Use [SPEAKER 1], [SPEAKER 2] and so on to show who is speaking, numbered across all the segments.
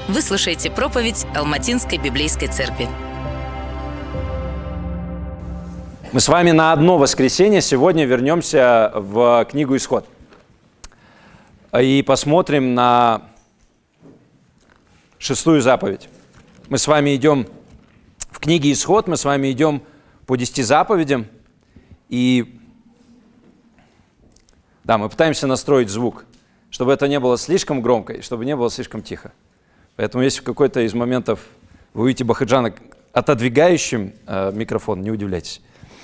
[SPEAKER 1] Вы слушаете проповедь Алматинской библейской церкви.
[SPEAKER 2] Мы с вами на одно воскресенье сегодня вернемся в книгу «Исход» и посмотрим на 6-ю заповедь. Мы с вами идем в книге «Исход», мы с вами идем по 10 заповедям, и да, мы пытаемся настроить звук, чтобы это не было слишком громко и чтобы не было слишком тихо. Поэтому если в какой-то из моментов вы увидите Бахаджана отодвигающим микрофон, не удивляйтесь.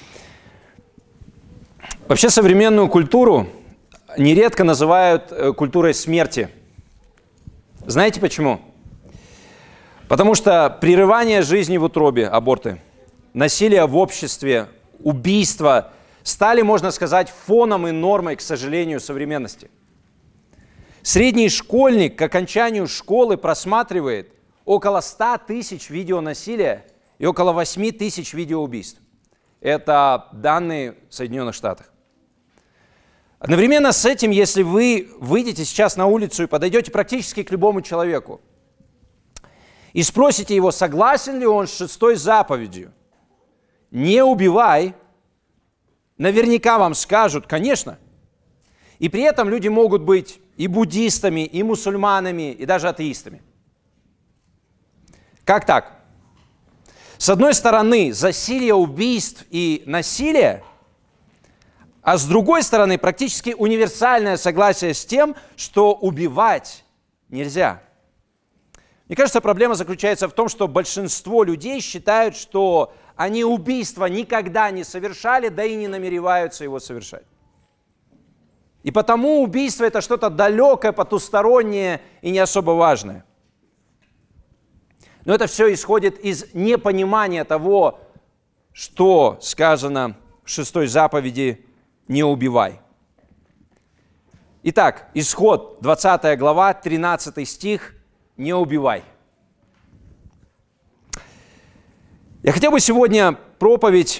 [SPEAKER 2] Вообще современную культуру нередко называют культурой смерти. Знаете почему? Потому что прерывание жизни в утробе, аборты, насилие в обществе, убийства стали, можно сказать, фоном и нормой, к сожалению, современности. Средний школьник к окончанию школы просматривает около 100 тысяч видеонасилия и около 8 тысяч видеоубийств. Это данные в Соединенных Штатах. Одновременно с этим, если вы выйдете сейчас на улицу и подойдете практически к любому человеку и спросите его, согласен ли он с 6-й заповедью, не убивай, наверняка вам скажут, конечно. И при этом люди могут быть и буддистами, и мусульманами, и даже атеистами. Как так? С одной стороны, засилье убийств и насилия, а с другой стороны, практически универсальное согласие с тем, что убивать нельзя. Мне кажется, проблема заключается в том, что большинство людей считают, что они убийства никогда не совершали, да и не намереваются его совершать. И потому убийство – это что-то далекое, потустороннее и не особо важное. Но это все исходит из непонимания того, что сказано в 6-й заповеди «Не убивай». Итак, Исход, 20 глава, 13 стих «Не убивай». Я хотел бы сегодня проповедь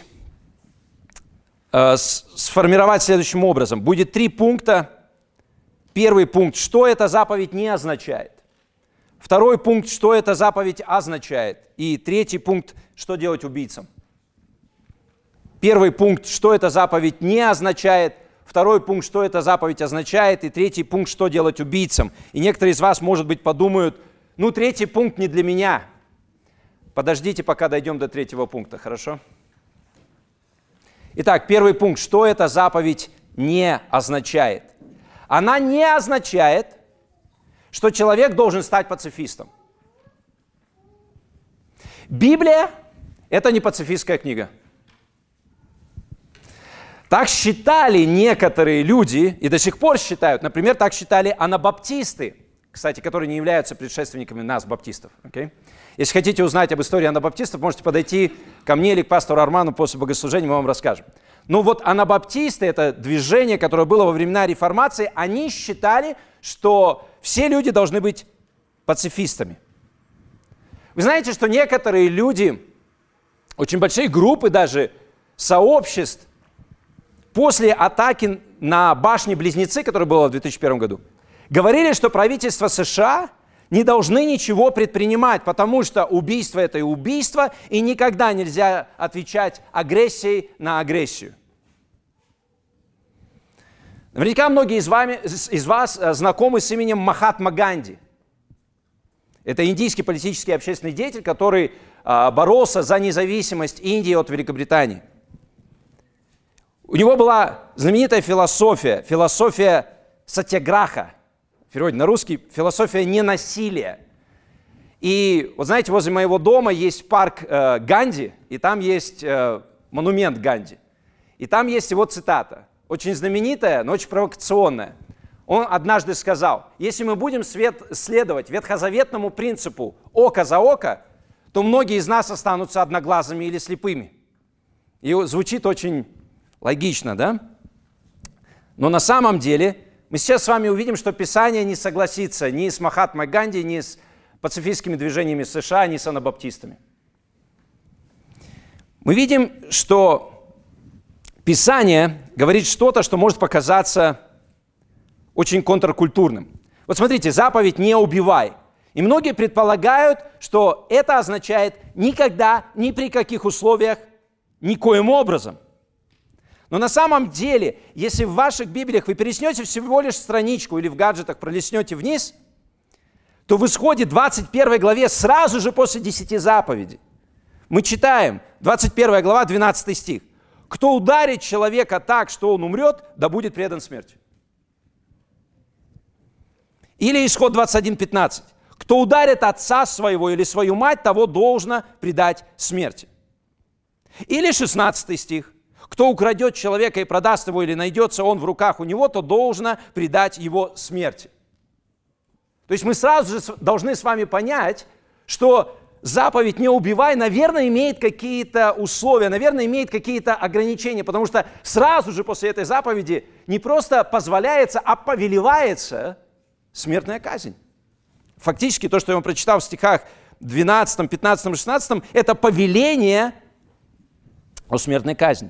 [SPEAKER 2] сформировать следующим образом. Будет 3 пункта. Первый пункт, что эта заповедь не означает. Второй пункт, что эта заповедь означает. И третий пункт, что делать убийцам. Первый пункт, что эта заповедь не означает. Второй пункт, что эта заповедь означает. И третий пункт, что делать убийцам. И некоторые из вас, может быть, подумают, третий пункт не для меня. Подождите, пока дойдем до 3-го пункта, хорошо? Итак, первый пункт, что эта заповедь не означает. Она не означает, что человек должен стать пацифистом. Библия – это не пацифистская книга. Так считали некоторые люди, и до сих пор считают, например, так считали анабаптисты, кстати, которые не являются предшественниками нас, баптистов. Okay? Если хотите узнать об истории анабаптистов, можете подойти ко мне или к пастору Арману после богослужения, мы вам расскажем. Анабаптисты, это движение, которое было во времена реформации, они считали, что все люди должны быть пацифистами. Вы знаете, что некоторые люди, очень большие группы даже сообществ, после атаки на башни-близнецы, которая была в 2001 году, говорили, что правительство США не должны ничего предпринимать, потому что убийство – это и убийство, и никогда нельзя отвечать агрессией на агрессию. Наверняка многие из вас знакомы с именем Махатма Ганди. Это индийский политический и общественный деятель, который боролся за независимость Индии от Великобритании. У него была знаменитая философия сатьяграха. В переводе на русский философия ненасилия. И вот знаете, возле моего дома есть парк Ганди, и там есть монумент Ганди. И там есть его цитата, очень знаменитая, но очень провокационная. Он однажды сказал, если мы будем следовать ветхозаветному принципу око за око, то многие из нас останутся одноглазыми или слепыми. И звучит очень логично, да? Но на самом деле мы сейчас с вами увидим, что Писание не согласится ни с Махатмой Ганди, ни с пацифистскими движениями США, ни с анабаптистами. Мы видим, что Писание говорит что-то, что может показаться очень контркультурным. Вот смотрите, заповедь «не убивай». И многие предполагают, что это означает никогда, ни при каких условиях, никоим образом. Но на самом деле, если в ваших Библиях вы переснете всего лишь страничку или в гаджетах пролистнете вниз, то в Исходе 21 главе, сразу же после 10 заповедей, мы читаем, 21 глава, 12 стих. «Кто ударит человека так, что он умрет, да будет предан смерти». Или Исход 21:15. «Кто ударит отца своего или свою мать, того должно предать смерти». Или 16 стих. «Кто украдет человека и продаст его, или найдется он в руках у него, то должно предать его смерти». То есть мы сразу же должны с вами понять, что заповедь «не убивай», наверное, имеет какие-то условия, наверное, имеет какие-то ограничения, потому что сразу же после этой заповеди не просто позволяется, а повелевается смертная казнь. Фактически то, что я вам прочитал в стихах 12, 15, 16, это повеление о смертной казни.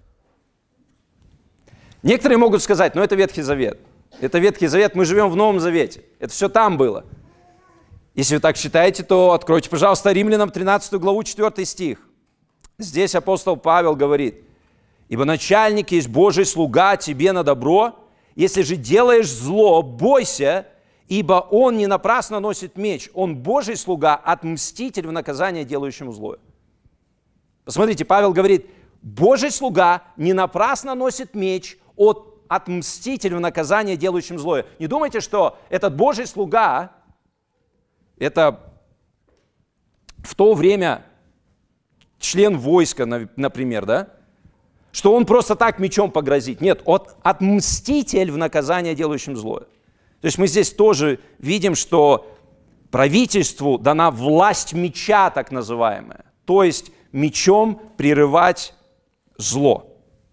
[SPEAKER 2] Некоторые могут сказать, это Ветхий Завет. Это Ветхий Завет, мы живем в Новом Завете. Это все там было. Если вы так считаете, то откройте, пожалуйста, Римлянам 13 главу, 4 стих. Здесь апостол Павел говорит: «Ибо начальник есть Божий слуга тебе на добро, если же делаешь зло, бойся, ибо он не напрасно носит меч, он Божий слуга, отмститель в наказание делающему злое». Посмотрите, Павел говорит, Божий слуга не напрасно носит меч, отмститель в наказание делающим злое. Не думайте, что этот Божий слуга, это в то время член войска, например, да? Что он просто так мечом погрозит. Нет, отмститель в наказание делающим злое. То есть мы здесь тоже видим, что правительству дана власть меча, так называемая. То есть мечом прерывать зло.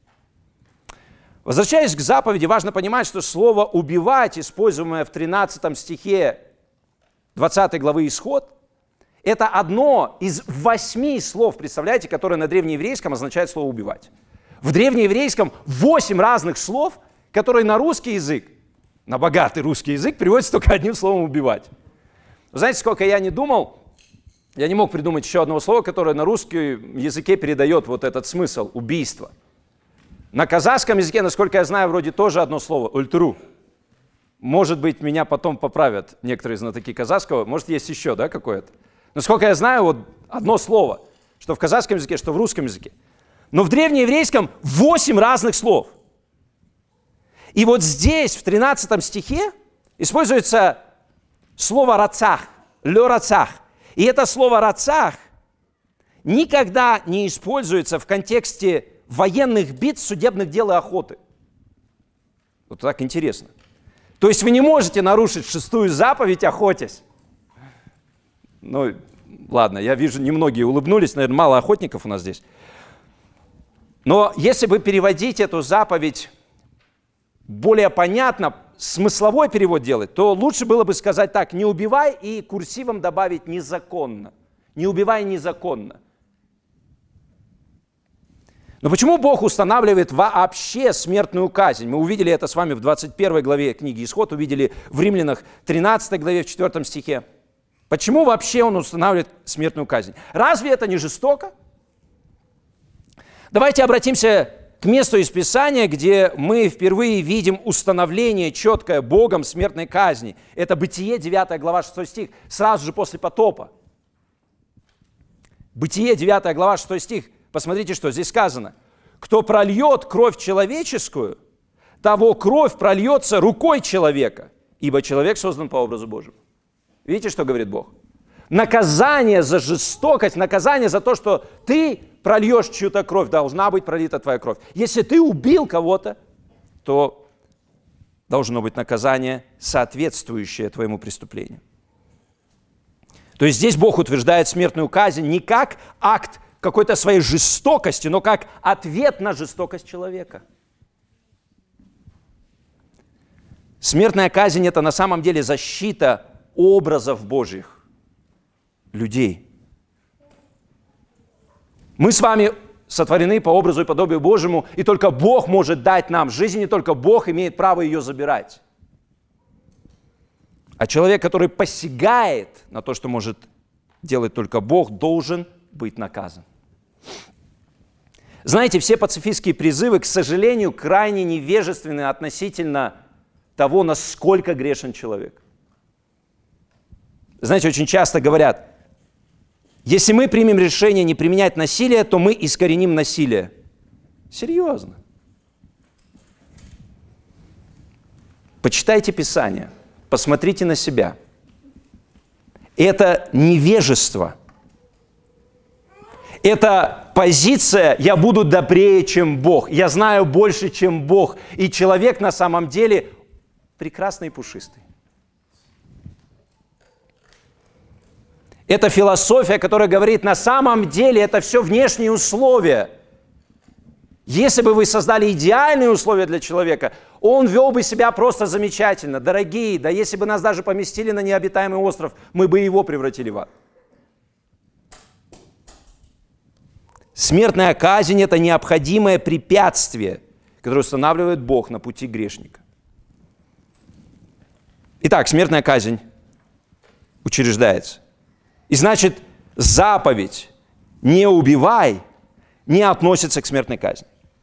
[SPEAKER 2] Возвращаясь к заповеди, важно понимать, что слово «убивать», используемое в 13 стихе 20 главы Исход, это одно из 8 слов, представляете, которое на древнееврейском означает слово «убивать». В древнееврейском 8 разных слов, которые на русский язык, на богатый русский язык, приводятся только одним словом «убивать». Вы знаете, сколько я не думал, я не мог придумать еще одного слова, которое на русском языке передает вот этот смысл – убийство. На казахском языке, насколько я знаю, вроде тоже одно слово – «ультуру». Может быть, меня потом поправят некоторые знатоки казахского, может, есть еще, да, какое-то. Насколько я знаю, вот одно слово, что в казахском языке, что в русском языке. Но в древнееврейском 8 разных слов. И вот здесь, в 13 стихе, используется слово «рацах», «лё рацах». И это слово «рацах» никогда не используется в контексте военных битв, судебных дел и охоты. Вот так интересно. То есть вы не можете нарушить 6-ю заповедь, охотясь. Ну, ладно, я вижу, немногие улыбнулись, наверное, мало охотников у нас здесь. Но если бы переводить эту заповедь более понятно, смысловой перевод делать, то лучше было бы сказать так: не убивай и курсивом добавить незаконно. Не убивай незаконно. Но почему Бог устанавливает вообще смертную казнь? Мы увидели это с вами в 21 главе книги Исход, увидели в Римлянах 13 главе в 4 стихе. Почему вообще Он устанавливает смертную казнь? Разве это не жестоко? Давайте обратимся к месту из Писания, где мы впервые видим установление четкое Богом смертной казни. Это Бытие, 9 глава, 6 стих, сразу же после потопа. Бытие, 9 глава, 6 стих. Посмотрите, что здесь сказано. «Кто прольет кровь человеческую, того кровь прольется рукой человека, ибо человек создан по образу Божьему». Видите, что говорит Бог? Наказание за жестокость, наказание за то, что ты прольешь чью-то кровь, должна быть пролита твоя кровь. Если ты убил кого-то, то должно быть наказание, соответствующее твоему преступлению. То есть здесь Бог утверждает смертную казнь не как акт какой-то своей жестокости, но как ответ на жестокость человека. Смертная казнь – это на самом деле защита образов Божьих, людей. Мы с вами сотворены по образу и подобию Божьему, и только Бог может дать нам жизнь, и только Бог имеет право ее забирать. А человек, который посягает на то, что может делать только Бог, должен быть наказан. Знаете, все пацифистские призывы, к сожалению, крайне невежественны относительно того, насколько грешен человек. Знаете, очень часто говорят, если мы примем решение не применять насилие, то мы искореним насилие. Серьезно. Почитайте Писание, посмотрите на себя. Это невежество. Это позиция «я буду добрее, чем Бог», «я знаю больше, чем Бог». И человек на самом деле прекрасный и пушистый. Это философия, которая говорит, на самом деле это все внешние условия. Если бы вы создали идеальные условия для человека, он вел бы себя просто замечательно. Дорогие, да если бы нас даже поместили на необитаемый остров, мы бы его превратили в ад. Смертная казнь – это необходимое препятствие, которое устанавливает Бог на пути грешника. Итак, смертная казнь учреждается. И значит, заповедь «не убивай» не относится к смертной казни.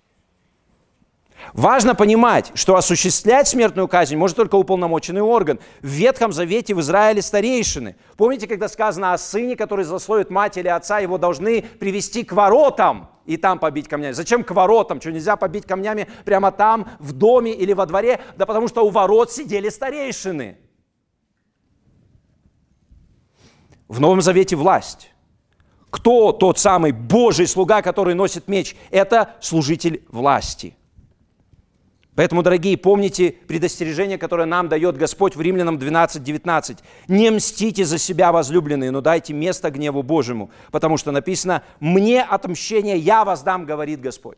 [SPEAKER 2] Важно понимать, что осуществлять смертную казнь может только уполномоченный орган. В Ветхом Завете в Израиле старейшины. Помните, когда сказано о сыне, который злословит мать или отца, его должны привести к воротам и там побить камнями. Зачем к воротам? Что, нельзя побить камнями прямо там, в доме или во дворе? Да потому что у ворот сидели старейшины. В Новом Завете власть. Кто тот самый Божий слуга, который носит меч? Это служитель власти. Поэтому, дорогие, помните предостережение, которое нам дает Господь в Римлянам 12:19. «Не мстите за себя, возлюбленные, но дайте место гневу Божьему, потому что написано, «Мне отмщение я воздам, говорит Господь».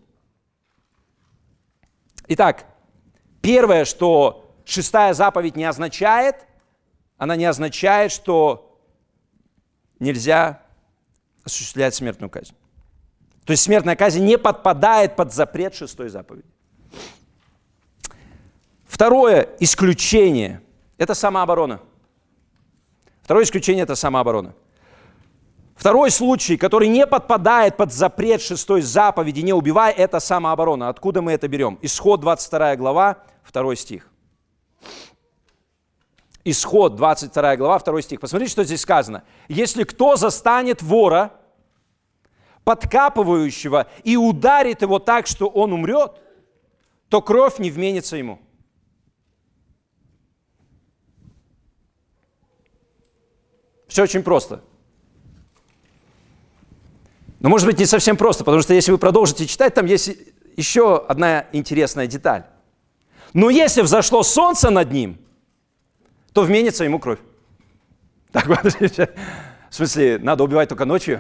[SPEAKER 2] Итак, первое, что 6-я заповедь не означает, она не означает, что нельзя осуществлять смертную казнь. То есть смертная казнь не подпадает под запрет 6-й заповеди. Второе исключение – это самооборона. Второе исключение – это самооборона. Второй случай, который не подпадает под запрет 6-й заповеди «не убивай» – это самооборона. Откуда мы это берем? Исход 22 глава, 2 стих. Исход 22 глава, 2 стих. Посмотрите, что здесь сказано. «Если кто застанет вора, подкапывающего, и ударит его так, что он умрет, то кровь не вменится ему». Все очень просто. Но, может быть, не совсем просто, потому что если вы продолжите читать, там есть еще одна интересная деталь. Но если взошло солнце над ним, то вменится ему кровь. Так, в смысле, надо убивать только ночью?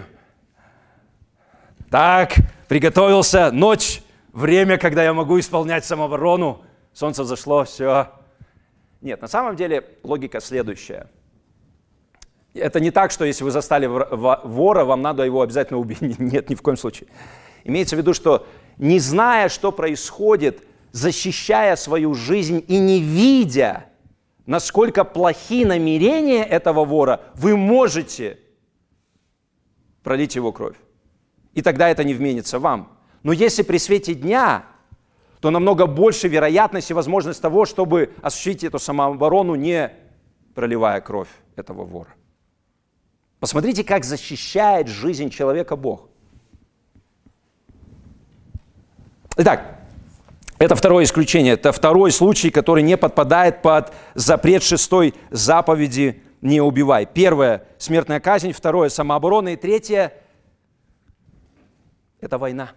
[SPEAKER 2] Так, приготовился, ночь, время, когда я могу исполнять самооборону, солнце взошло, все. Нет, на самом деле логика следующая. Это не так, что если вы застали вора, вам надо его обязательно убить. Нет, ни в коем случае. Имеется в виду, что не зная, что происходит, защищая свою жизнь и не видя, насколько плохи намерения этого вора, вы можете пролить его кровь. И тогда это не вменится вам. Но если при свете дня, то намного больше вероятность и возможность того, чтобы осуществить эту самооборону, не проливая кровь этого вора. Посмотрите, как защищает жизнь человека Бог. Итак, это второе исключение. Это второй случай, который не подпадает под запрет 6-й заповеди «не убивай». Первое – смертная казнь, второе – самооборона, и третье – это война.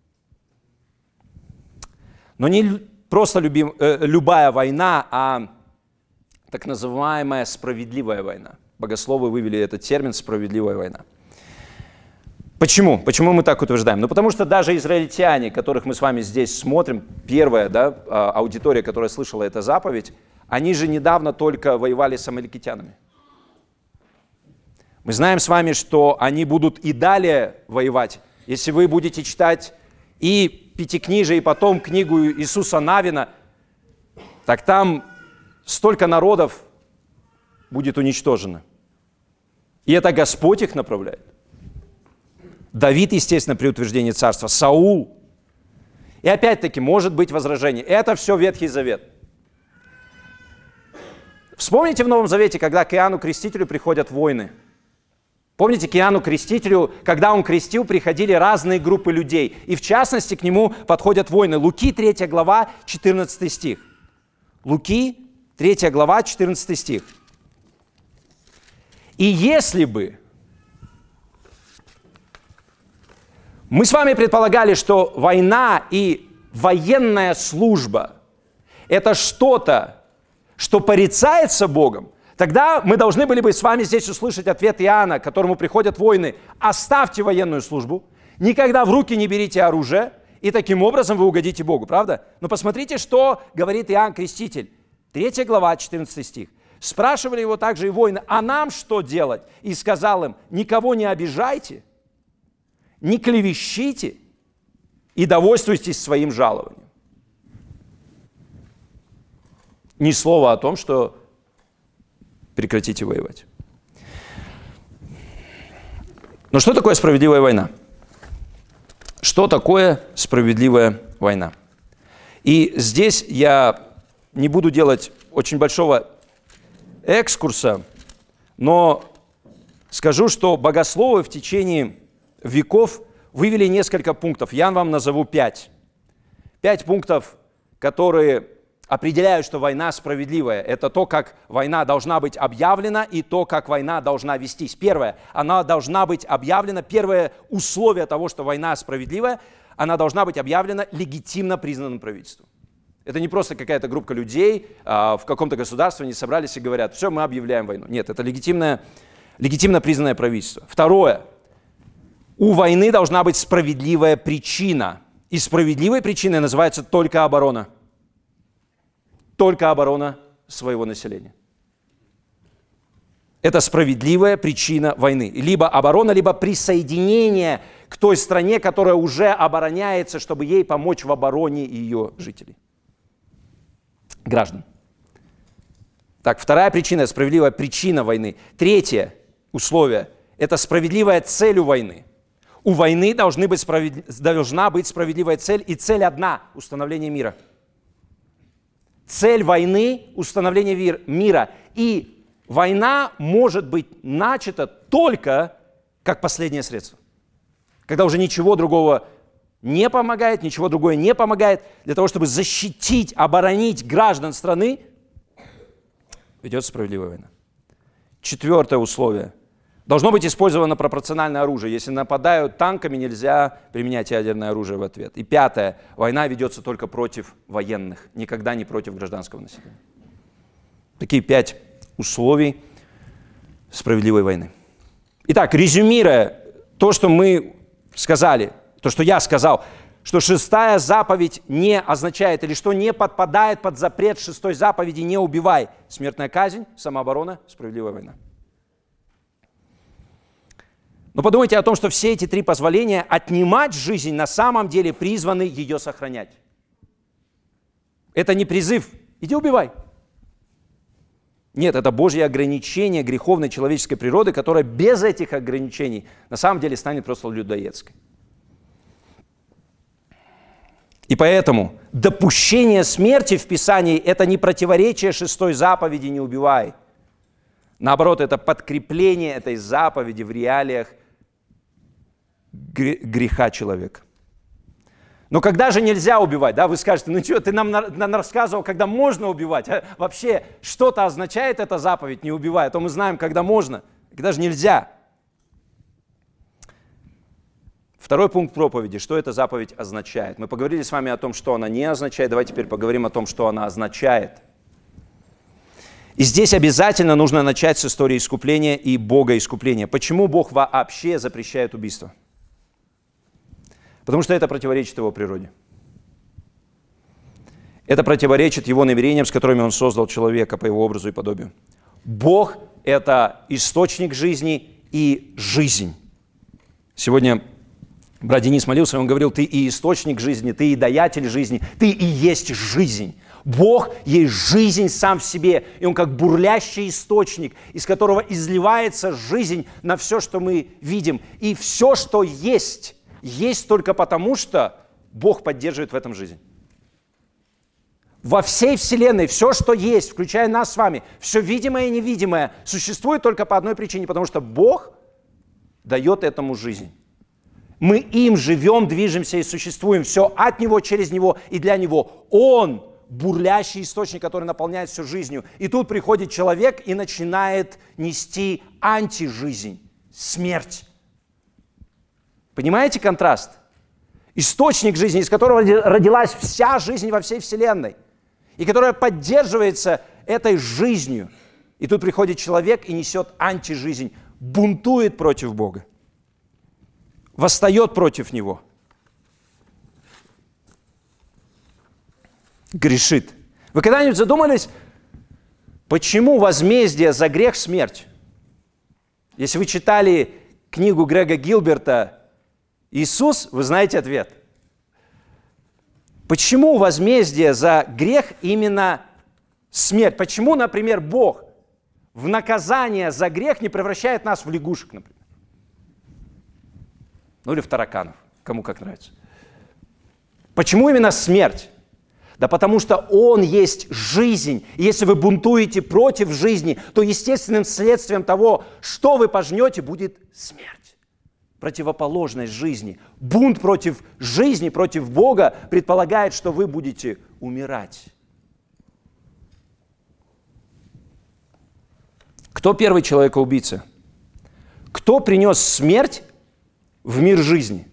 [SPEAKER 2] Но не просто любая война, а так называемая справедливая война. Богословы вывели этот термин «справедливая война». Почему? Почему мы так утверждаем? Ну, потому что даже израильтяне, которых мы с вами здесь смотрим, первая аудитория, которая слышала эту заповедь, они же недавно только воевали с амаликитянами. Мы знаем с вами, что они будут и далее воевать. Если вы будете читать и Пятикнижие, и потом книгу Иисуса Навина, так там столько народов, будет уничтожена. И это Господь их направляет. Давид, естественно, при утверждении царства, Саул. И опять-таки, может быть возражение. Это все Ветхий Завет. Вспомните в Новом Завете, когда к Иоанну Крестителю приходят войны. Помните, к Иоанну Крестителю, когда он крестил, приходили разные группы людей. И в частности, к нему подходят войны. Луки, 3 глава, 14 стих. Луки, 3 глава, 14 стих. И если бы мы с вами предполагали, что война и военная служба – это что-то, что порицается Богом, тогда мы должны были бы с вами здесь услышать ответ Иоанна, к которому приходят войны: оставьте военную службу, никогда в руки не берите оружие, и таким образом вы угодите Богу, правда? Но посмотрите, что говорит Иоанн Креститель, 3 глава, 14 стих. Спрашивали его также и воины: а нам что делать? И сказал им: никого не обижайте, не клевещите и довольствуйтесь своим жалованием. Ни слова о том, что прекратите воевать. Но что такое справедливая война? Что такое справедливая война? И здесь я не буду делать очень большого экскурса, но скажу, что богословы в течение веков вывели несколько пунктов. Я вам назову 5. 5 пунктов, которые определяют, что война справедливая. Это то, как война должна быть объявлена, и то, как война должна вестись. Первое, она должна быть объявлена. Первое условие того, что война справедливая, она должна быть объявлена легитимно признанным правительством. Это не просто какая-то группа людей в каком-то государстве, они собрались и говорят: все, мы объявляем войну. Нет, это легитимно признанное правительство. Второе, у войны должна быть справедливая причина. И справедливой причиной называется только оборона. Только оборона своего населения. Это справедливая причина войны. Либо оборона, либо присоединение к той стране, которая уже обороняется, чтобы ей помочь в обороне ее жителей. Граждан. Так, вторая причина, справедливая причина войны. Третье условие – это справедливая цель у войны. У войны должна быть справедливая цель, и цель одна – установление мира. Цель войны – установление мира. И война может быть начата только как последнее средство. Когда уже ничего другого не помогает, ничего другое не помогает, для того, чтобы защитить, оборонить граждан страны, ведется справедливая война. Четвертое условие. Должно быть использовано пропорциональное оружие. Если нападают танками, нельзя применять ядерное оружие в ответ. И пятое. Война ведется только против военных, никогда не против гражданского населения. Такие 5 условий справедливой войны. Итак, резюмируя то, что мы сказали, то, что я сказал, что 6-я заповедь не означает, или что не подпадает под запрет 6-й заповеди «не убивай». Смертная казнь, самооборона, справедливая война. Но подумайте о том, что все эти 3 позволения отнимать жизнь на самом деле призваны ее сохранять. Это не призыв «иди убивай». Нет, это Божье ограничение греховной человеческой природы, которая без этих ограничений на самом деле станет просто людоедской. И поэтому допущение смерти в Писании – это не противоречие 6-й заповеди «не убивай». Наоборот, это подкрепление этой заповеди в реалиях греха человека. Но когда же нельзя убивать? Да, вы скажете: ну что, ты нам рассказывал, когда можно убивать. А вообще, что-то означает эта заповедь «не убивай», а то мы знаем, когда можно, когда же нельзя. Второй пункт проповеди. Что эта заповедь означает? Мы поговорили с вами о том, что она не означает. Давайте теперь поговорим о том, что она означает. И здесь обязательно нужно начать с истории искупления и Бога искупления. Почему Бог вообще запрещает убийство? Потому что это противоречит Его природе. Это противоречит Его намерениям, с которыми Он создал человека по Его образу и подобию. Бог – это источник жизни и жизнь. Сегодня Брат Денис молился, он говорил: ты и источник жизни, ты и даятель жизни, ты и есть жизнь. Бог есть жизнь сам в себе, и Он как бурлящий источник, из которого изливается жизнь на все, что мы видим. И все, что есть только потому, что Бог поддерживает в этом жизнь. Во всей Вселенной все, что есть, включая нас с вами, все видимое и невидимое, существует только по одной причине, потому что Бог дает этому жизнь. Мы им живем, движемся и существуем. Все от Него, через Него и для Него. Он бурлящий источник, который наполняет всю жизнью. И тут приходит человек и начинает нести антижизнь, смерть. Понимаете контраст? Источник жизни, из которого родилась вся жизнь во всей Вселенной, и которая поддерживается этой жизнью. И тут приходит человек и несет антижизнь, бунтует против Бога, восстает против Него, грешит. Вы когда-нибудь задумались, почему возмездие за грех – смерть? Если вы читали книгу Грега Гилберта «Иисус», вы знаете ответ. Почему возмездие за грех именно смерть? Почему, например, Бог в наказание за грех не превращает нас в лягушек, например? Ну или в тараканов, кому как нравится. Почему именно смерть? Да потому что Он есть жизнь. И если вы бунтуете против жизни, то естественным следствием того, что вы пожнете, будет смерть. Противоположность жизни. Бунт против жизни, против Бога предполагает, что вы будете умирать. Кто первый человекоубийца? Кто принес смерть в мир жизни?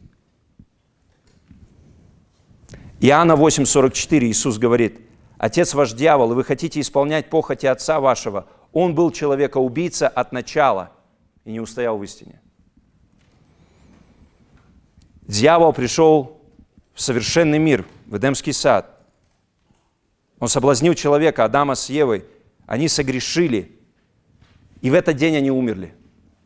[SPEAKER 2] Иоанна 8:44 Иисус говорит: «Отец ваш дьявол, и вы хотите исполнять похоти отца вашего. Он был человекоубийца от начала и не устоял в истине». Дьявол пришел в совершенный мир, в Эдемский сад. Он соблазнил человека, Адама с Евой. Они согрешили, и в этот день они умерли.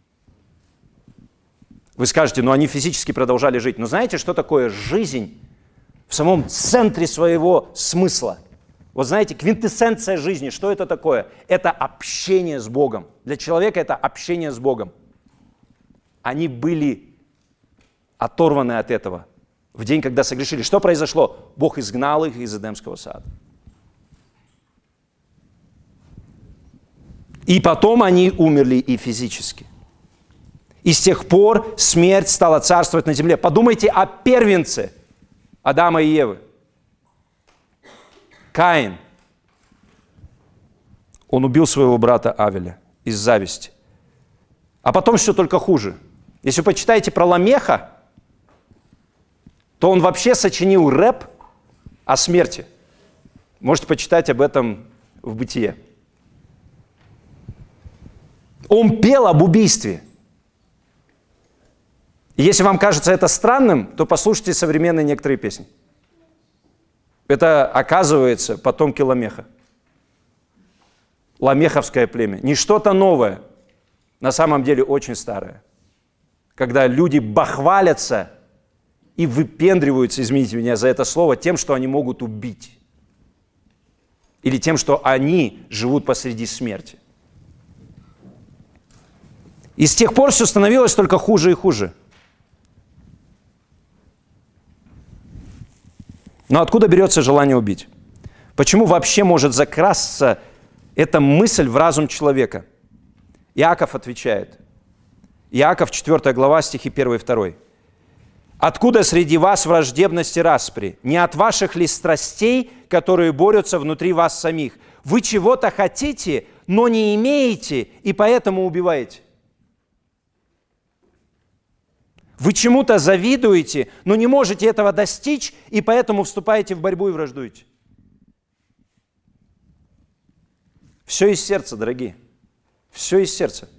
[SPEAKER 2] Вы скажете: ну они физически продолжали жить. Но знаете, что такое жизнь в самом центре своего смысла? Вот знаете, квинтэссенция жизни, что это такое? Это общение с Богом. Для человека это общение с Богом. Они были оторваны от этого в день, когда согрешили. Что произошло? Бог изгнал их из Эдемского сада. И потом они умерли и физически. И с тех пор смерть стала царствовать на земле. Подумайте о первенце Адама и Евы. Каин. Он убил своего брата Авеля из зависти. А потом все только хуже. Если вы почитаете про Ламеха, то он вообще сочинил рэп о смерти. Можете почитать об этом в Бытие. Он пел об убийстве. И если вам кажется это странным, то послушайте современные некоторые песни. Это, оказывается, потомки Ламеха. Ламеховское племя. Не что-то новое, на самом деле очень старое. Когда люди бахвалятся и выпендриваются, извините меня за это слово, тем, что они могут убить. Или тем, что они живут посреди смерти. И с тех пор все становилось только хуже и хуже. Но откуда берется желание убить? Почему вообще может закрасться эта мысль в разум человека? Иаков отвечает. Иаков, 4 глава, стихи 1 и 2. «Откуда среди вас враждебность и распри? Не от ваших ли страстей, которые борются внутри вас самих? Вы чего-то хотите, но не имеете, и поэтому убиваете. Вы чему-то завидуете, но не можете этого достичь, и поэтому вступаете в борьбу и враждуете». Все из сердца, дорогие. Все из сердца.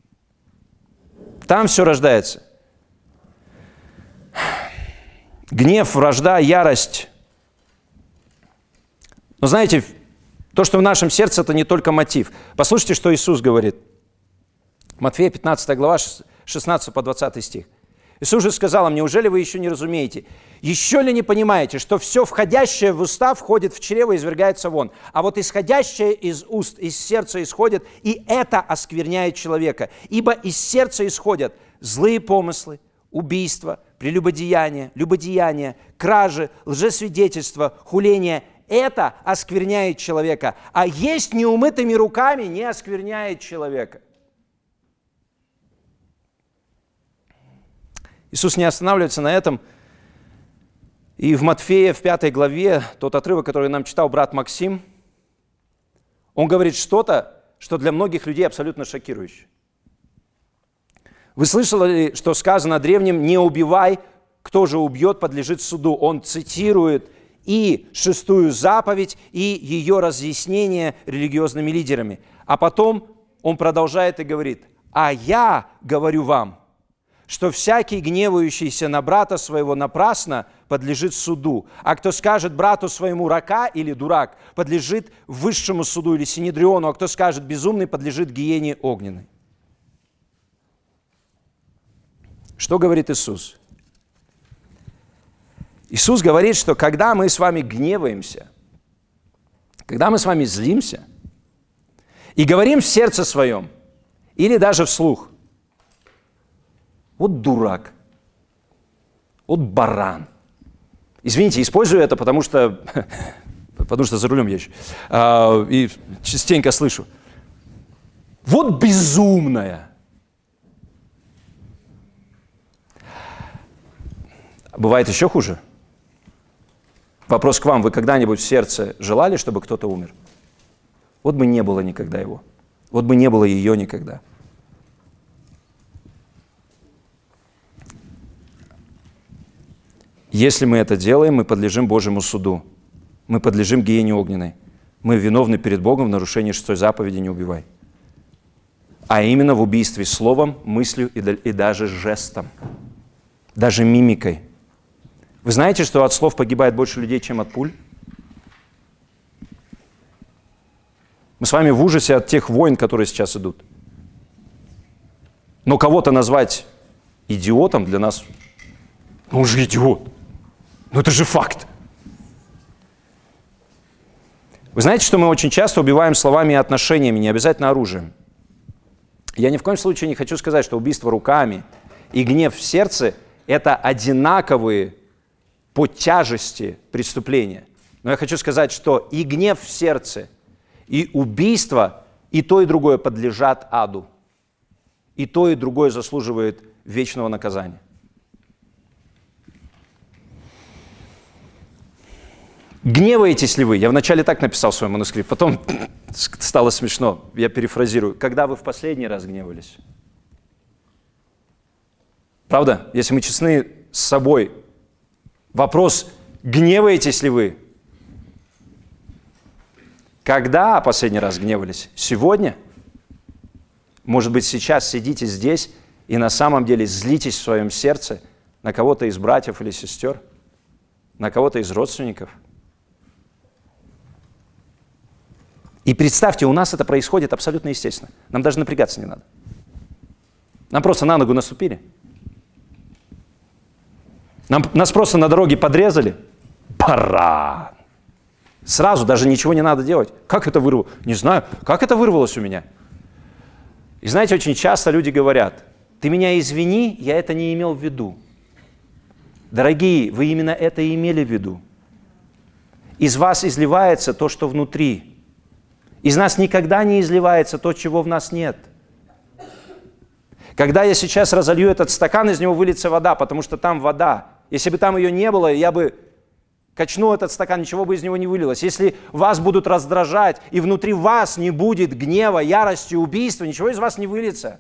[SPEAKER 2] Там все рождается. Гнев, вражда, ярость. Но знаете, то, что в нашем сердце, это не только мотив. Послушайте, что Иисус говорит. Матфея 15 глава, 16 по 20 стих. Иисус же сказал им: неужели вы еще не разумеете? Еще ли не понимаете, что все входящее в уста входит в чрево и извергается вон? А вот исходящее из уст, из сердца исходит, и это оскверняет человека. Ибо из сердца исходят злые помыслы, убийства, прелюбодеяние, любодеяние, кражи, лжесвидетельство, хуление. Это оскверняет человека. А есть неумытыми руками не оскверняет человека. Иисус не останавливается на этом. И в Матфея, в 5 главе, тот отрывок, который нам читал брат Максим, он говорит что-то, что для многих людей абсолютно шокирующее. Вы слышали, что сказано древним: «Не убивай, кто же убьет, подлежит суду». Он цитирует и 6-ю заповедь, и ее разъяснение религиозными лидерами. А потом он продолжает и говорит: «А я говорю вам, что всякий, гневающийся на брата своего напрасно, подлежит суду. А кто скажет брату своему рака или дурак, подлежит высшему суду или синедриону. А кто скажет безумный, подлежит гиене огненной». Что говорит Иисус? Иисус говорит, что когда мы с вами гневаемся, когда мы с вами злимся и говорим в сердце своем или даже вслух: вот дурак, вот баран. Извините, использую это, потому что за рулем я еще. И частенько слышу: вот безумная. Бывает еще хуже. Вопрос к вам: вы когда-нибудь в сердце желали, чтобы кто-то умер? Вот бы не было никогда его. Вот бы не было ее никогда. Если мы это делаем, мы подлежим Божьему суду. Мы подлежим гиене огненной. Мы виновны перед Богом в нарушении 6-й заповеди «Не убивай». А именно в убийстве словом, мыслью и даже жестом. Даже мимикой. Вы знаете, что от слов погибает больше людей, чем от пуль? Мы с вами в ужасе от тех войн, которые сейчас идут. Но кого-то назвать идиотом для нас, ну он же идиот. Но это же факт. Вы знаете, что мы очень часто убиваем словами и отношениями, не обязательно оружием. Я ни в коем случае не хочу сказать, что убийство руками и гнев в сердце – это одинаковые по тяжести преступления. Но я хочу сказать, что и гнев в сердце, и убийство, и то, и другое подлежат аду. И то, и другое заслуживает вечного наказания. Гневаетесь ли вы? Я вначале так написал свой манускрипт, потом стало смешно, я перефразирую. Когда вы в последний раз гневались? Правда? Если мы честны с собой, вопрос: гневаетесь ли вы? Когда последний раз гневались? Сегодня? Может быть, сейчас сидите здесь и на самом деле злитесь в своем сердце на кого-то из братьев или сестер, на кого-то из родственников? И представьте, у нас это происходит абсолютно естественно. Нам даже напрягаться не надо. Нам просто на ногу наступили. Нас просто на дороге подрезали. Баран! Сразу даже ничего не надо делать. Как это вырвало? Не знаю. Как это вырвалось у меня? И знаете, очень часто люди говорят: ты меня извини, я это не имел в виду. Дорогие, вы именно это и имели в виду. Из вас изливается то, что внутри. Из нас никогда не изливается то, чего в нас нет. Когда я сейчас разолью этот стакан, из него выльется вода, потому что там вода. Если бы там ее не было, я бы качнул этот стакан, ничего бы из него не вылилось. Если вас будут раздражать, и внутри вас не будет гнева, ярости, убийства, ничего из вас не выльется.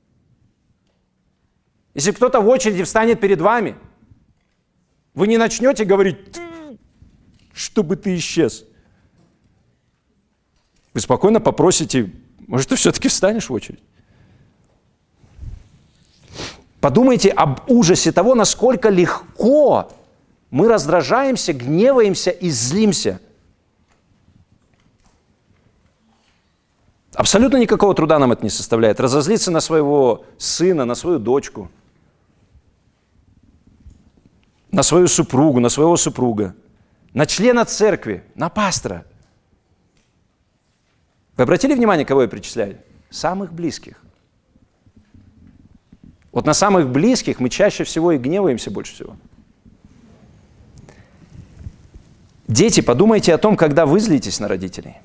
[SPEAKER 2] Если кто-то в очереди встанет перед вами, вы не начнете говорить: чтобы ты исчез. Вы спокойно попросите: может, ты все-таки встанешь в очередь? Подумайте об ужасе того, насколько легко мы раздражаемся, гневаемся и злимся. Абсолютно никакого труда нам это не составляет. Разозлиться на своего сына, на свою дочку, на свою супругу, на своего супруга, на члена церкви, на пастора. Вы обратили внимание, кого я перечисляю? Самых близких. Вот на самых близких мы чаще всего и гневаемся больше всего. Дети, подумайте о том, когда вы злитесь на родителей.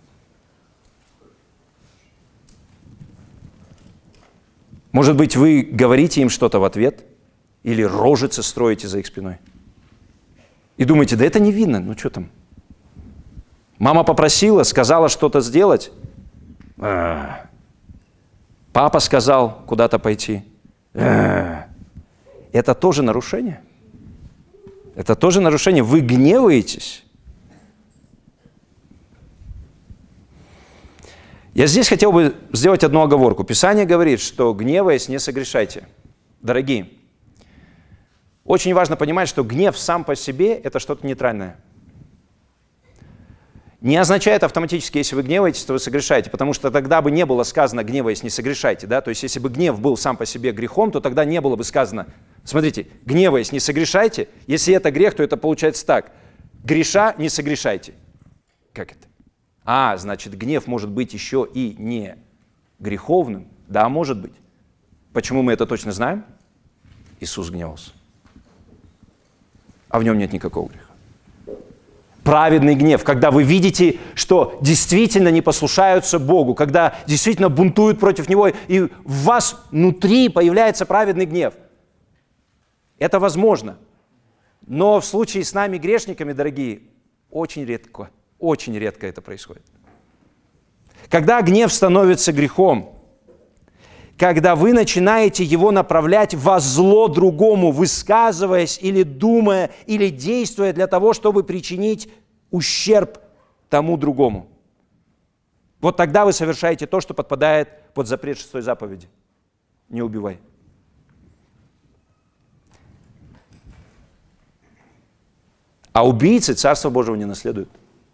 [SPEAKER 2] Может быть, вы говорите им что-то в ответ или рожицы строите за их спиной. И думаете, да это невинно, ну что там? Мама попросила, сказала что-то сделать. Папа сказал куда-то пойти. Это тоже нарушение. Это тоже нарушение. Вы гневаетесь. Я здесь хотел бы сделать одну оговорку. Писание говорит, что гневаясь, не согрешайте. Дорогие, очень важно понимать, что гнев сам по себе – это что-то нейтральное. Не означает автоматически, если вы гневаетесь, то вы согрешаете, потому что тогда бы не было сказано «гневаясь, не согрешайте». Да? То есть, если бы гнев был сам по себе грехом, то тогда не было бы сказано, смотрите, гневаясь, не согрешайте. Если это грех, то это получается так. Греша, не согрешайте. Как это? Значит, гнев может быть еще и не греховным. Да, может быть. Почему мы это точно знаем? Иисус гневался. А в нем нет никакого греха. Праведный гнев, когда вы видите, что действительно не послушаются Богу, когда действительно бунтуют против Него, и в вас внутри появляется праведный гнев. Это возможно. Но в случае с нами, грешниками, дорогие, очень редко это происходит. Когда гнев становится грехом, когда вы начинаете его направлять во зло другому, высказываясь или думая, или действуя для того, чтобы причинить ущерб тому другому. Вот тогда вы совершаете то, что подпадает под запрет 6 заповеди. Не убивай. А убийцы Царства Божьего не наследуют.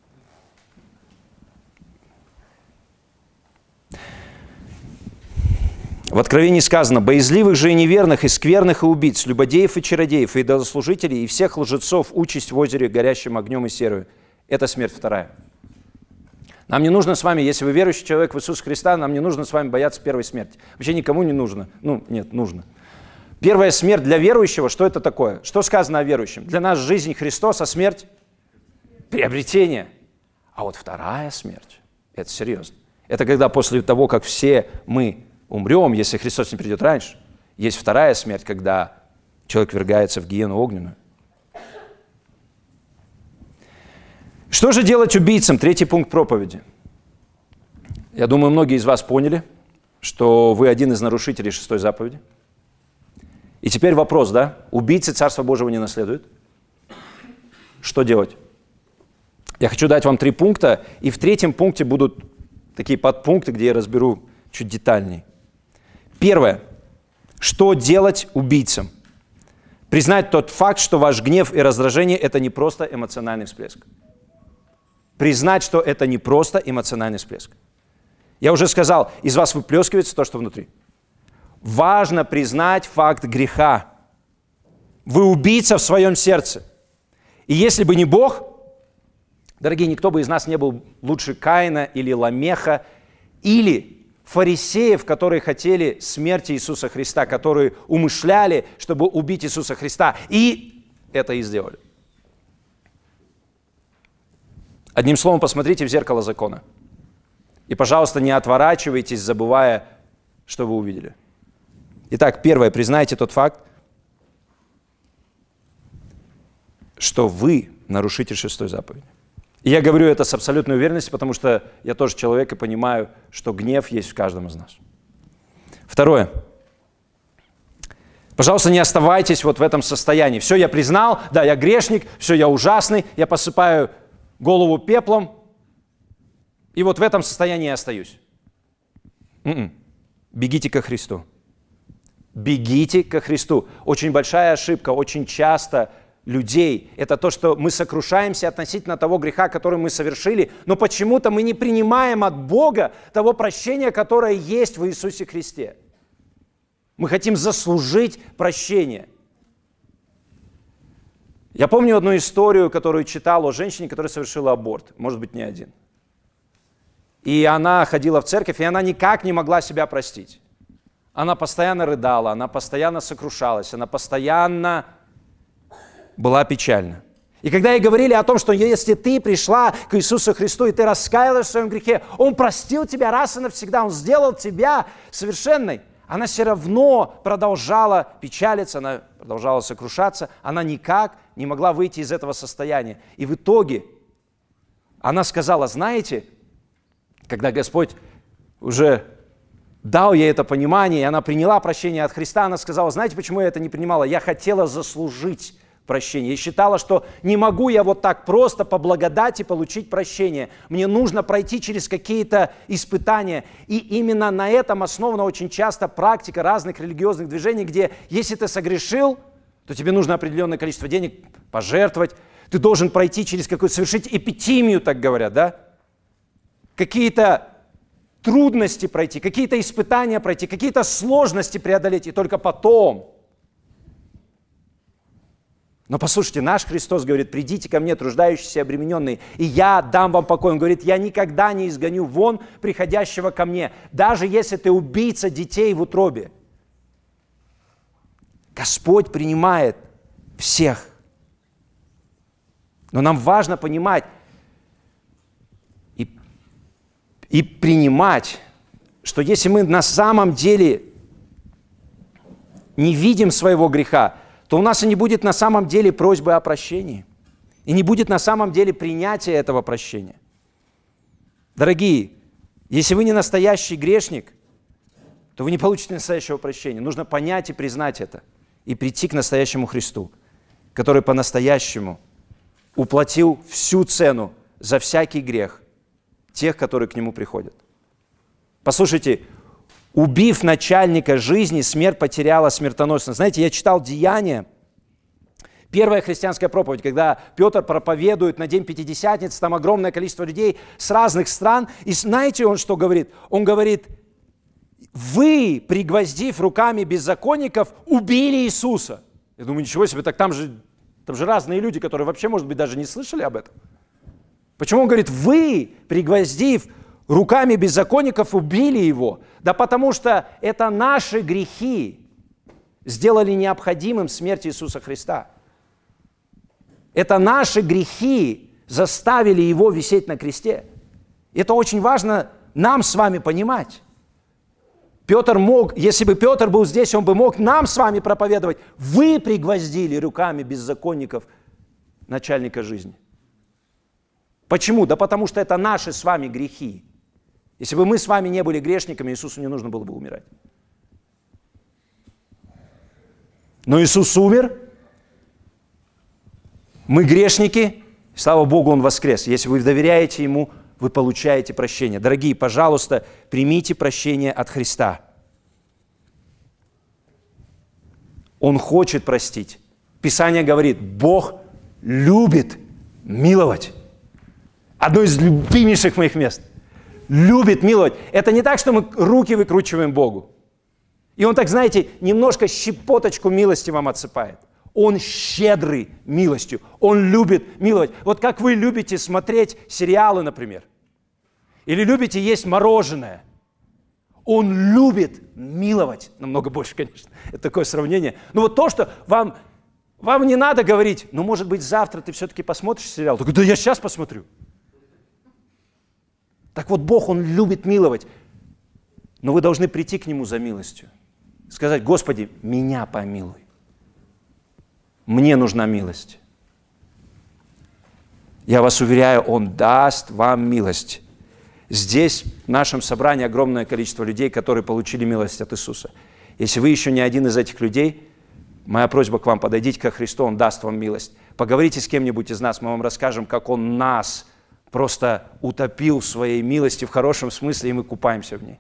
[SPEAKER 2] В Откровении сказано: «Боязливых же и неверных, и скверных, и убийц, любодеев и чародеев, и идолослужителей, и всех лжецов участь в озере, горящим огнем и серою». Это смерть вторая. Нам не нужно с вами, если вы верующий человек в Иисуса Христа, нам не нужно с вами бояться первой смерти. Вообще никому не нужно. Нужно. Первая смерть для верующего, что это такое? Что сказано о верующем? Для нас жизнь Христос, а смерть – приобретение. А вот вторая смерть – это серьезно. Это когда после того, как все мы умрем, если Христос не придет раньше, есть вторая смерть, когда человек ввергается в гиену огненную. Что же делать убийцам? 3 пункт проповеди. Я думаю, многие из вас поняли, что вы один из нарушителей 6 заповеди. И теперь вопрос, да? Убийцы Царства Божьего не наследуют. Что делать? Я хочу дать вам 3 пункта, и в 3 пункте будут такие подпункты, где я разберу чуть детальнее. Первое. Что делать убийцам? Признать тот факт, что ваш гнев и раздражение – это не просто эмоциональный всплеск. Признать, что это не просто эмоциональный всплеск. Я уже сказал, из вас выплескивается то, что внутри. Важно признать факт греха. Вы убийца в своем сердце. И если бы не Бог, дорогие, никто бы из нас не был лучше Каина или Ламеха, или фарисеев, которые хотели смерти Иисуса Христа, которые умышляли, чтобы убить Иисуса Христа. И это и сделали. Одним словом, посмотрите в зеркало закона. И, пожалуйста, не отворачивайтесь, забывая, что вы увидели. Итак, первое, признайте тот факт, что вы нарушитель 6 заповеди. И я говорю это с абсолютной уверенностью, потому что я тоже человек и понимаю, что гнев есть в каждом из нас. Второе. Пожалуйста, не оставайтесь вот в этом состоянии. Все, я признал, да, я грешник, все, я ужасный, я посыпаю голову пеплом, и вот в этом состоянии я остаюсь. Бегите ко Христу. Бегите ко Христу. Очень большая ошибка, очень часто людей, это то, что мы сокрушаемся относительно того греха, который мы совершили, но почему-то мы не принимаем от Бога того прощения, которое есть в Иисусе Христе. Мы хотим заслужить прощение. Я помню одну историю, которую читал о женщине, которая совершила аборт, может быть, не один. И она ходила в церковь, и она никак не могла себя простить. Она постоянно рыдала, она постоянно сокрушалась, она постоянно была печальна. И когда ей говорили о том, что если ты пришла к Иисусу Христу, и ты раскаялась в своем грехе, Он простил тебя раз и навсегда, Он сделал тебя совершенной, она все равно продолжала печалиться, она продолжала сокрушаться, она никак не могла выйти из этого состояния. И в итоге она сказала, знаете, когда Господь уже дал ей это понимание, и она приняла прощение от Христа, она сказала, знаете, почему я это не принимала? Я хотела заслужить прощение. Я считала, что не могу я вот так просто по благодати получить прощение. Мне нужно пройти через какие-то испытания. И именно на этом основана очень часто практика разных религиозных движений, где если ты согрешил, то тебе нужно определенное количество денег пожертвовать. Ты должен пройти через какую-то, совершить эпитимию, так говорят, да? Какие-то трудности пройти, какие-то испытания пройти, какие-то сложности преодолеть, и только потом. Но послушайте, наш Христос говорит, придите ко мне, труждающиеся и обремененные, и я дам вам покой. Он говорит, я никогда не изгоню вон приходящего ко мне, даже если ты убийца детей в утробе. Господь принимает всех. Но нам важно понимать и принимать, что если мы на самом деле не видим своего греха, то у нас и не будет на самом деле просьбы о прощении. И не будет на самом деле принятия этого прощения. Дорогие, если вы не настоящий грешник, то вы не получите настоящего прощения. Нужно понять и признать это. И прийти к настоящему Христу, который по-настоящему уплатил всю цену за всякий грех тех, которые к Нему приходят. Послушайте, убив начальника жизни, смерть потеряла смертоносность. Знаете, я читал Деяния, первая христианская проповедь, когда Петр проповедует на день Пятидесятницы, там огромное количество людей с разных стран. И знаете, он что говорит? Он говорит, вы, пригвоздив руками беззаконников, убили Иисуса. Я думаю, ничего себе, так там же разные люди, которые вообще, может быть, даже не слышали об этом. Почему он говорит, вы, пригвоздив руками беззаконников, убили его? Да потому что это наши грехи сделали необходимым смерть Иисуса Христа. Это наши грехи заставили его висеть на кресте. Это очень важно нам с вами понимать. Петр мог, если бы Петр был здесь, он бы мог нам с вами проповедовать. Вы пригвоздили руками беззаконников начальника жизни. Почему? Да потому что это наши с вами грехи. Если бы мы с вами не были грешниками, Иисусу не нужно было бы умирать. Но Иисус умер, мы грешники, слава Богу, Он воскрес. Если вы доверяете Ему, вы получаете прощение. Дорогие, пожалуйста, примите прощение от Христа. Он хочет простить. Писание говорит, Бог любит миловать. Одно из любимейших моих мест. Любит миловать. Это не так, что мы руки выкручиваем Богу. И Он так, знаете, немножко щепоточку милости вам отсыпает. Он щедрый милостью. Он любит миловать. Вот как вы любите смотреть сериалы, например. Или любите есть мороженое. Он любит миловать. Намного больше, конечно. Это такое сравнение. Но вот то, что вам не надо говорить, ну, может быть, завтра ты все-таки посмотришь сериал. Да я сейчас посмотрю. Так вот, Бог, Он любит миловать. Но вы должны прийти к Нему за милостью. Сказать, Господи, меня помилуй. Мне нужна милость. Я вас уверяю, Он даст вам милость. Здесь, в нашем собрании, огромное количество людей, которые получили милость от Иисуса. Если вы еще не один из этих людей, моя просьба к вам, подойдите ко Христу, Он даст вам милость. Поговорите с кем-нибудь из нас, мы вам расскажем, как Он нас просто утопил в своей милости, в хорошем смысле, и мы купаемся в ней.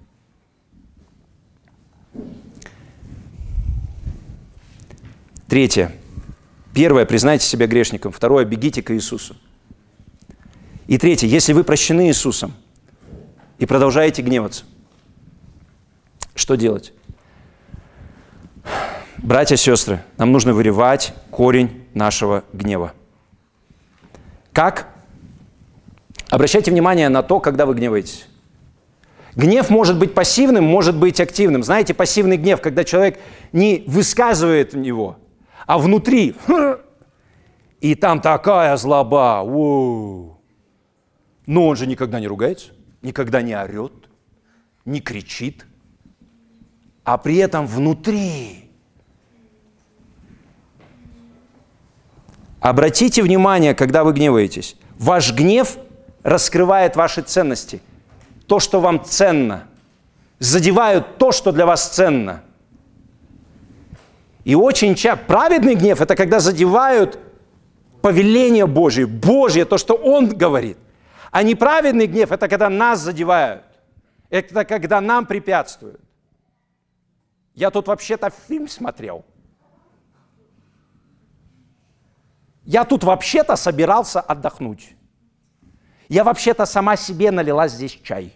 [SPEAKER 2] Третье. Первое, признайте себя грешником. Второе, бегите к Иисусу. И третье, если вы прощены Иисусом и продолжаете гневаться, что делать? Братья и сестры, нам нужно вырывать корень нашего гнева. Как? Обращайте внимание на то, когда вы гневаетесь. Гнев может быть пассивным, может быть активным. Знаете, пассивный гнев, когда человек не высказывает его, а внутри, и там такая злоба. Но он же никогда не ругается, никогда не орет, не кричит, а при этом внутри. Обратите внимание, когда вы гневаетесь. Ваш гнев раскрывает ваши ценности. То, что вам ценно. Задевают то, что для вас ценно. И очень часто праведный гнев – это когда задевают повеление Божие, Божье, то, что Он говорит. А неправедный гнев – это когда нас задевают. Это когда нам препятствуют. Я тут вообще-то фильм смотрел. Я тут вообще-то собирался отдохнуть. Я вообще-то сама себе налила здесь чай.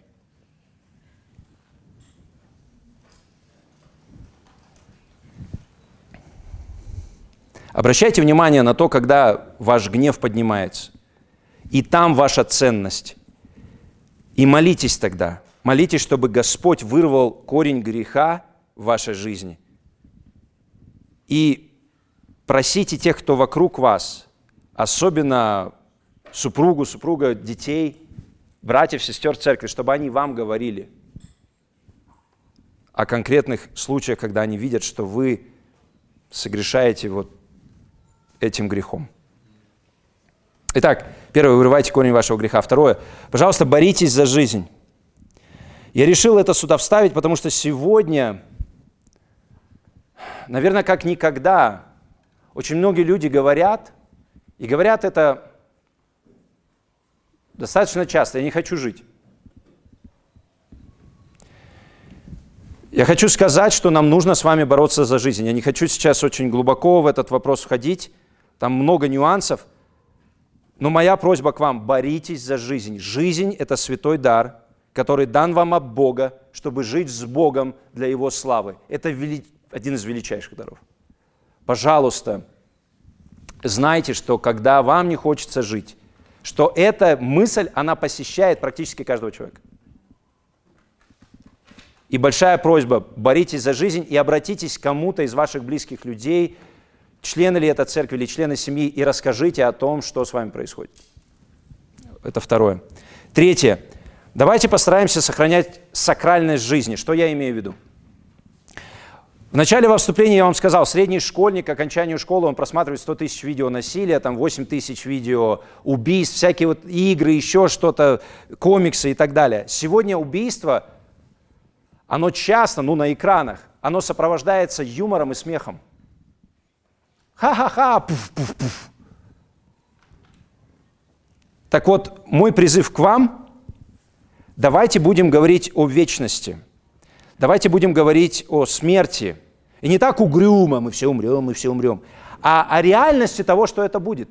[SPEAKER 2] Обращайте внимание на то, когда ваш гнев поднимается. И там ваша ценность. И молитесь тогда. Молитесь, чтобы Господь вырвал корень греха в вашей жизни. И просите тех, кто вокруг вас, особенно супруга, детей, братьев, сестер церкви, чтобы они вам говорили о конкретных случаях, когда они видят, что вы согрешаете вот этим грехом. Итак, первое, вырывайте корень вашего греха. Второе, пожалуйста, боритесь за жизнь. Я решил это сюда вставить, потому что сегодня, наверное, как никогда, очень многие люди говорят, и говорят это достаточно часто: я не хочу жить. Я хочу сказать, что нам нужно с вами бороться за жизнь. Я не хочу сейчас очень глубоко в этот вопрос входить, там много нюансов, но моя просьба к вам: боритесь за жизнь. Жизнь – это святой дар, который дан вам от Бога, чтобы жить с Богом для Его славы. Это один из величайших даров. Пожалуйста, знайте, что когда вам не хочется жить, что эта мысль, она посещает практически каждого человека. И большая просьба: боритесь за жизнь и обратитесь к кому-то из ваших близких людей, члены ли это церкви или члены семьи, и расскажите о том, что с вами происходит. Это второе. Третье. Давайте постараемся сохранять сакральность жизни. Что я имею в виду? В начале во вступлении я вам сказал, средний школьник к окончанию школы, он просматривает 100 тысяч видео насилия, там 8 тысяч видео убийств, всякие вот игры, еще что-то, комиксы и так далее. Сегодня убийство, оно часто, на экранах, оно сопровождается юмором и смехом. Ха-ха-ха, пуф-пуф-пуф. Так вот, мой призыв к вам: давайте будем говорить о вечности. Давайте будем говорить о смерти. И не так угрюмо: мы все умрем, а о реальности того, что это будет.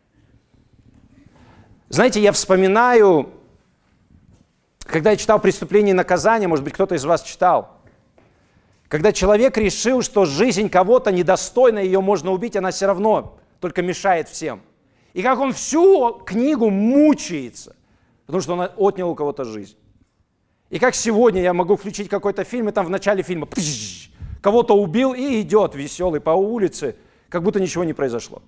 [SPEAKER 2] Знаете, я вспоминаю, когда я читал «Преступление и наказание», может быть, кто-то из вас читал, когда человек решил, что жизнь кого-то недостойна, ее можно убить, она все равно только мешает всем. И как он всю книгу мучается, потому что он отнял у кого-то жизнь. И как сегодня я могу включить какой-то фильм, и там в начале фильма кого-то убил и идет веселый по улице, как будто ничего не произошло.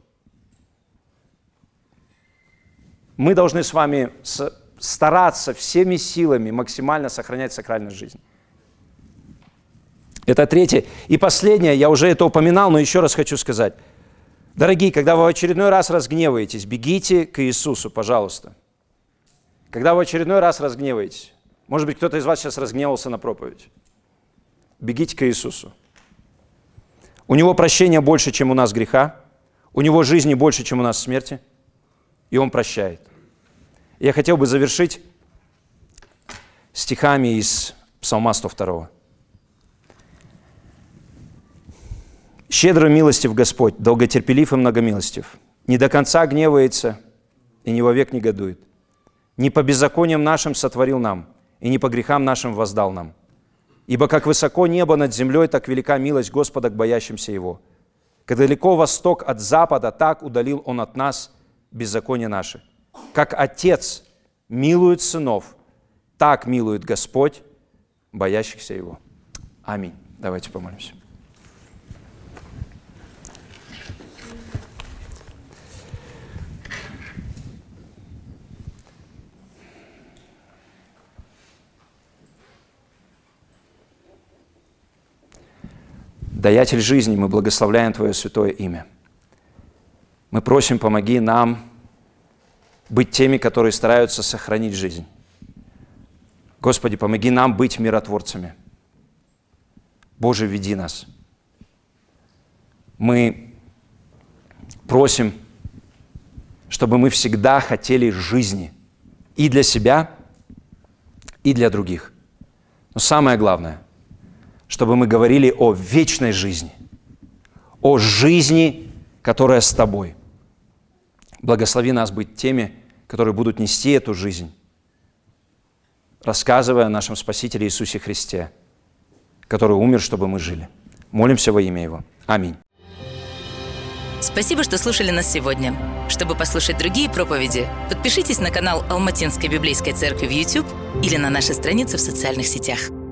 [SPEAKER 2] Мы должны с вами стараться всеми силами максимально сохранять сакральность жизни. Это третье. И последнее, я уже это упоминал, но еще раз хочу сказать. Дорогие, когда вы в очередной раз разгневаетесь, бегите к Иисусу, пожалуйста. Когда вы в очередной раз разгневаетесь, может быть, кто-то из вас сейчас разгневался на проповедь. Бегите к Иисусу. У Него прощения больше, чем у нас греха. У Него жизни больше, чем у нас смерти. И Он прощает. Я хотел бы завершить стихами из Псалма 102. «Щедро милостив Господь, долготерпелив и многомилостив, не до конца гневается и не вовек негодует. Не по беззакониям нашим сотворил нам, и не по грехам нашим воздал нам. Ибо как высоко небо над землей, так велика милость Господа к боящимся Его. Как далеко восток от запада, так удалил Он от нас беззаконие наше. Как Отец милует сынов, так милует Господь боящихся Его. Аминь. Давайте помолимся. Даятель жизни, мы благословляем Твое святое имя. Мы просим, помоги нам быть теми, которые стараются сохранить жизнь. Господи, помоги нам быть миротворцами. Боже, веди нас. Мы просим, чтобы мы всегда хотели жизни и для себя, и для других. Но самое главное, чтобы мы говорили о вечной жизни, о жизни, которая с Тобой. Благослови нас быть теми, которые будут нести эту жизнь, рассказывая о нашем Спасителе Иисусе Христе, который умер, чтобы мы жили. Молимся во имя Его. Аминь.
[SPEAKER 1] Спасибо, что слушали нас сегодня. Чтобы послушать другие проповеди, подпишитесь на канал Алматинской библейской церкви в YouTube или на наши страницы в социальных сетях.